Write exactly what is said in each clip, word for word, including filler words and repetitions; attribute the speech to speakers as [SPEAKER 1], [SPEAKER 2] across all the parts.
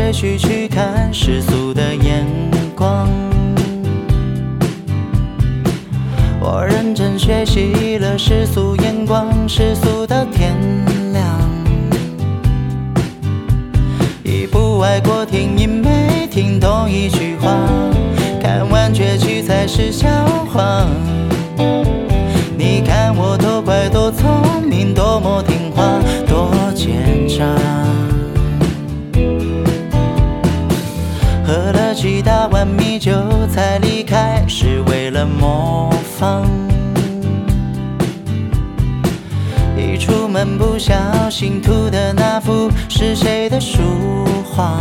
[SPEAKER 1] 会去去看世俗的眼光。我认真学习了世俗眼光，世俗到天亮。一部外国电影没听懂一句话，看完结局才是笑话。你看我多乖多聪明，多么听话，多奸诈。喝了几大碗米酒才离开，是为了模仿。一出门不小心涂的那幅是谁的书画？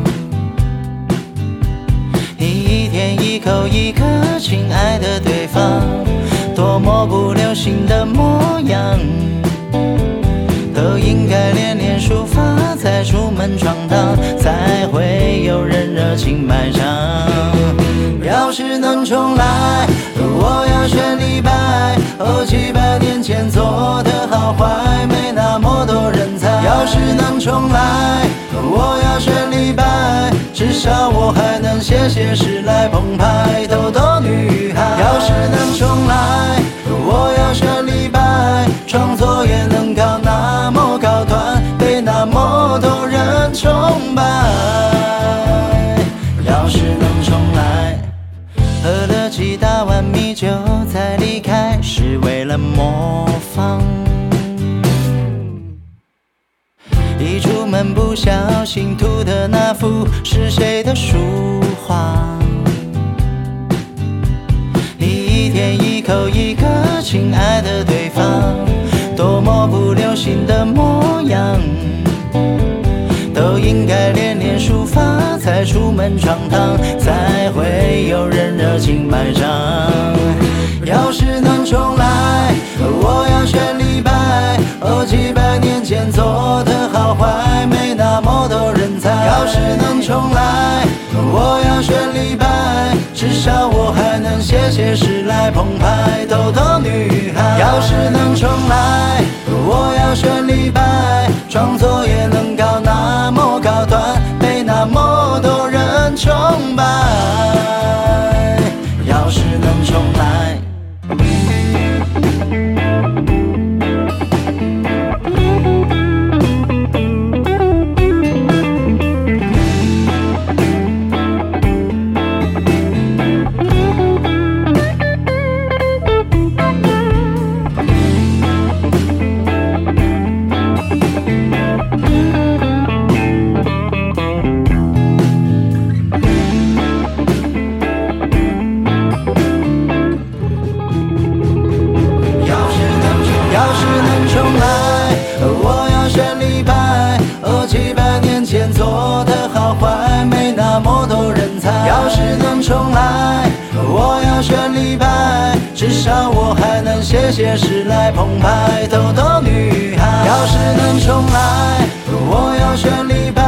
[SPEAKER 1] 你一天一口一个亲爱的对方，多么不流行的模样，都应该练练书法，再出门闯荡，才会有人热情买账。要是能重来，我要选李白。哦，几百年前做的好坏，没那么多人猜。要是能重来，我要选李白，至少我还能写写诗来澎湃，逗逗女孩。要是能重来，我要选李白，创作也能高那么高端，被那么多人崇拜。要是能重来，喝了几大碗米酒才离开，是为了模仿。一出门不小心涂的那幅是谁的书画？你一天一口一个亲爱的对方，多么不流行的模样，都应该练练书法，才出门闯荡，才会有人热情买账。要是能重来，我要选李白。哦，几百年前做的好坏，没那么多人猜。要是能重来，我要选李白，至少我还能写写诗来澎湃，逗逗女孩。要是能重来，我要选李白，创作也能高那么高端，被那么多人崇拜。要是能重来，我要选李白。哦，几百年前做的好坏，没那么多人猜。要是能重来，我要选李白，至少我还能写写诗来澎湃，逗逗女孩。要是能重来，我要选李白，